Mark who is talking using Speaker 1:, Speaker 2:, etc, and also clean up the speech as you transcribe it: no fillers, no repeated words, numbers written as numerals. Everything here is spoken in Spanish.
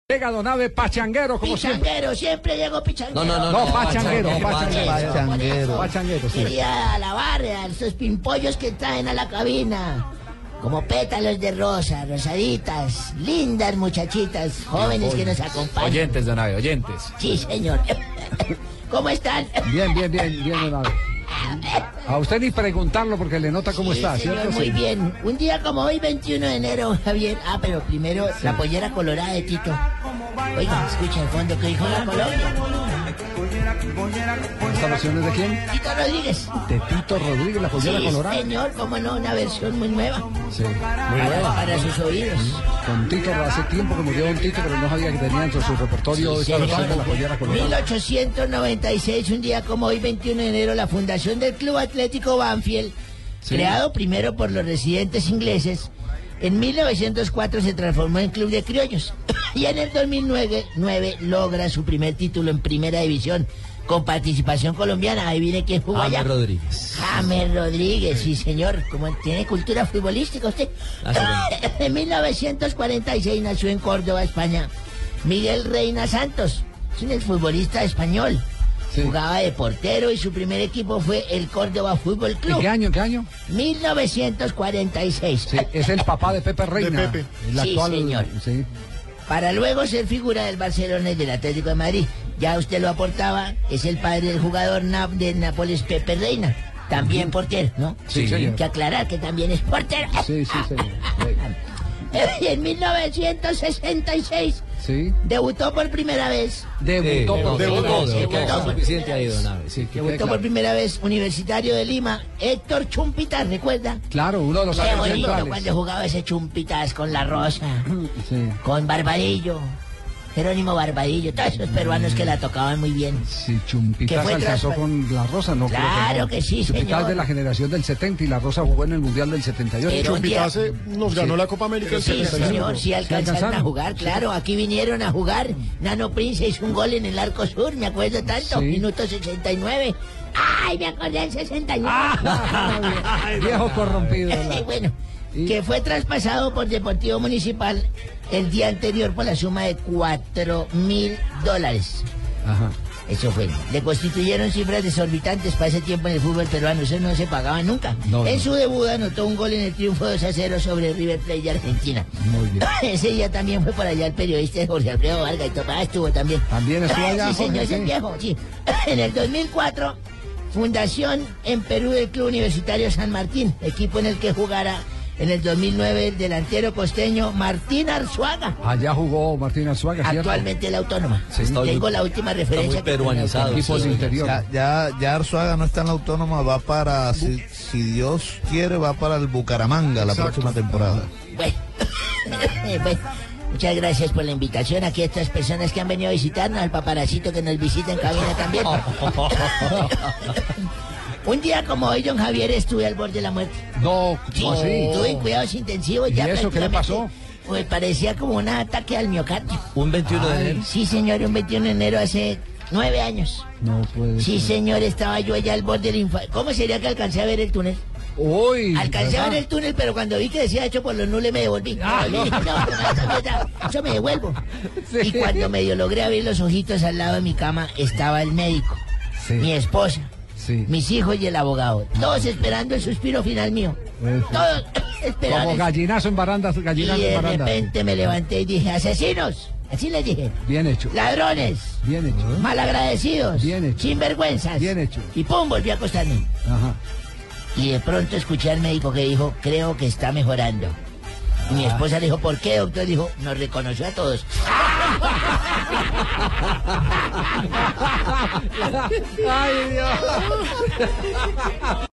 Speaker 1: Llega Don Abe pachanguero, como
Speaker 2: Pichanguero, siempre llego pichanguero.
Speaker 1: No, pachanguero, sí.
Speaker 2: Quería alabar a esos pimpollos que traen a la cabina. Como pétalos de rosa, rosaditas, lindas muchachitas, jóvenes que nos acompañan.
Speaker 3: Oyentes, Don Abe, oyentes.
Speaker 2: Sí, señor. ¿Cómo están?
Speaker 1: Bien, Don Abe. A usted ni preguntarlo porque le nota cómo está,
Speaker 2: señor,
Speaker 1: ¿cierto?
Speaker 2: Muy bien. Un día como hoy, 21 de enero, Javier. Pero primero la pollera colorada de Tito. Oiga, escucha el fondo que dijo la Colombia.
Speaker 1: ¿Esta versión es de quién?
Speaker 2: Tito Rodríguez.
Speaker 1: De Tito Rodríguez, la pollera colorada.
Speaker 2: Señor, cómo no, una versión muy nueva.
Speaker 1: Sí, muy nueva.
Speaker 2: Para sus oídos.
Speaker 1: Con Tito, hace tiempo que murió Don Tito, pero no sabía que tenía en su repertorio esta versión de la pollera colorada.
Speaker 2: 1896, un día como hoy, 21 de enero, la fundación del Club Atlético Banfield, creado primero por los residentes ingleses, en 1904 se transformó en Club de Criollos y en el 2009 logra su primer título en Primera División con participación colombiana. Ahí viene quién jugó allá. James Rodríguez, sí señor. Como tiene cultura futbolística usted. En 1946 nació en Córdoba, España, Miguel Reina Santos, es un exfutbolista español. Sí. Jugaba de portero y su primer equipo fue el Córdoba Fútbol Club.
Speaker 1: ¿En qué año?
Speaker 2: 1946.
Speaker 1: Sí, es el papá de Pepe Reina.
Speaker 2: El actual, sí, señor. Sí. Para luego ser figura del Barcelona y del Atlético de Madrid. Ya usted lo aportaba, es el padre del jugador de Nápoles, Pepe Reina. También portero, ¿no?
Speaker 1: Sí, señor.
Speaker 2: Hay que aclarar que también es portero.
Speaker 1: Sí, señor.
Speaker 2: Y en 1966 debutó por primera vez.
Speaker 1: Debutó
Speaker 2: por primera vez Universitario de Lima, Héctor Chumpitas, ¿recuerda?
Speaker 1: Claro, uno de los
Speaker 2: centrales. Cuando jugaba ese Chumpitas con La Rosa, con Barbadillo, Jerónimo Barbadillo, todos esos peruanos que la tocaban muy bien.
Speaker 1: Sí, Chumpitas alcanzó con La Rosa, ¿no?
Speaker 2: Claro que sí, señor.
Speaker 1: Chumpitas de la generación del 70 y La Rosa jugó en el Mundial del 78.
Speaker 4: Chumpitas nos ganó la Copa América del 75.
Speaker 2: Sí, señor, sí alcanzaron a jugar, claro. Aquí vinieron a jugar. Nano Prince hizo un gol en el Arco Sur, me acuerdo tanto. Minuto 69. ¡Ay, me acordé del 69!
Speaker 1: Viejo corrompido.
Speaker 2: Bueno, que fue traspasado por Deportivo Municipal el día anterior por la suma de $4.000.
Speaker 1: Ajá.
Speaker 2: Eso fue. Le constituyeron cifras desorbitantes para ese tiempo en el fútbol peruano. Eso no se pagaba nunca. En su debut anotó un gol en el triunfo 2-0 sobre River Plate de Argentina.
Speaker 1: Muy bien.
Speaker 2: Ese día también fue por allá el periodista Jorge Alfredo Vargas y Tomás estuvo también.
Speaker 1: También estuvo allá.
Speaker 2: Sí, señor, ese viejo, sí. En el 2004, fundación en Perú del Club Universitario San Martín, equipo en el que jugara en el 2009 el delantero costeño Martín Arzuaga.
Speaker 1: Allá jugó Martín Arzuaga, ¿cierto?
Speaker 2: Actualmente la Autónoma. Sí,
Speaker 3: tengo
Speaker 2: la última referencia.
Speaker 3: Está muy peruanizado.
Speaker 1: Equipos de interior.
Speaker 5: Ya Arzuaga no está en la Autónoma, va para, si Dios quiere, va para el Bucaramanga la próxima temporada.
Speaker 2: Bueno, muchas gracias por la invitación. Aquí a estas personas que han venido a visitarnos, al paparacito que nos visita en cabina también. Un día como hoy, don Javier, estuve al borde de la muerte. Estuve en cuidados intensivos.
Speaker 1: ¿Y eso qué le pasó?
Speaker 2: Pues parecía como un ataque al miocardio.
Speaker 3: ¿Un 21 de enero?
Speaker 2: Sí, señor, un 21 de enero hace 9 años.
Speaker 1: No puede ser.
Speaker 2: Sí, señor, estaba yo allá al borde del infarto. ¿Cómo sería que alcancé a ver el túnel?
Speaker 1: Uy,
Speaker 2: alcancé a ver el túnel, pero cuando vi que decía hecho por los nules me devolví. Eso me devuelvo. Sí. Y cuando medio logré abrir los ojitos al lado de mi cama, estaba el médico, mi esposa, mis hijos y el abogado. Todos esperando el suspiro final mío. Todos esperando.
Speaker 1: Como gallinazo en barandas,
Speaker 2: Y de repente me levanté y dije, asesinos. Así les dije.
Speaker 1: Bien hecho.
Speaker 2: Ladrones.
Speaker 1: Bien hecho.
Speaker 2: Malagradecidos.
Speaker 1: Bien hecho.
Speaker 2: Sinvergüenzas.
Speaker 1: Bien hecho.
Speaker 2: Y pum, volví a acostarme.
Speaker 1: Ajá.
Speaker 2: Y de pronto escuché al médico que dijo, creo que está mejorando. Y mi esposa le dijo, ¿por qué, doctor? Dijo, nos reconoció a todos.
Speaker 1: ¡Ay, Dios!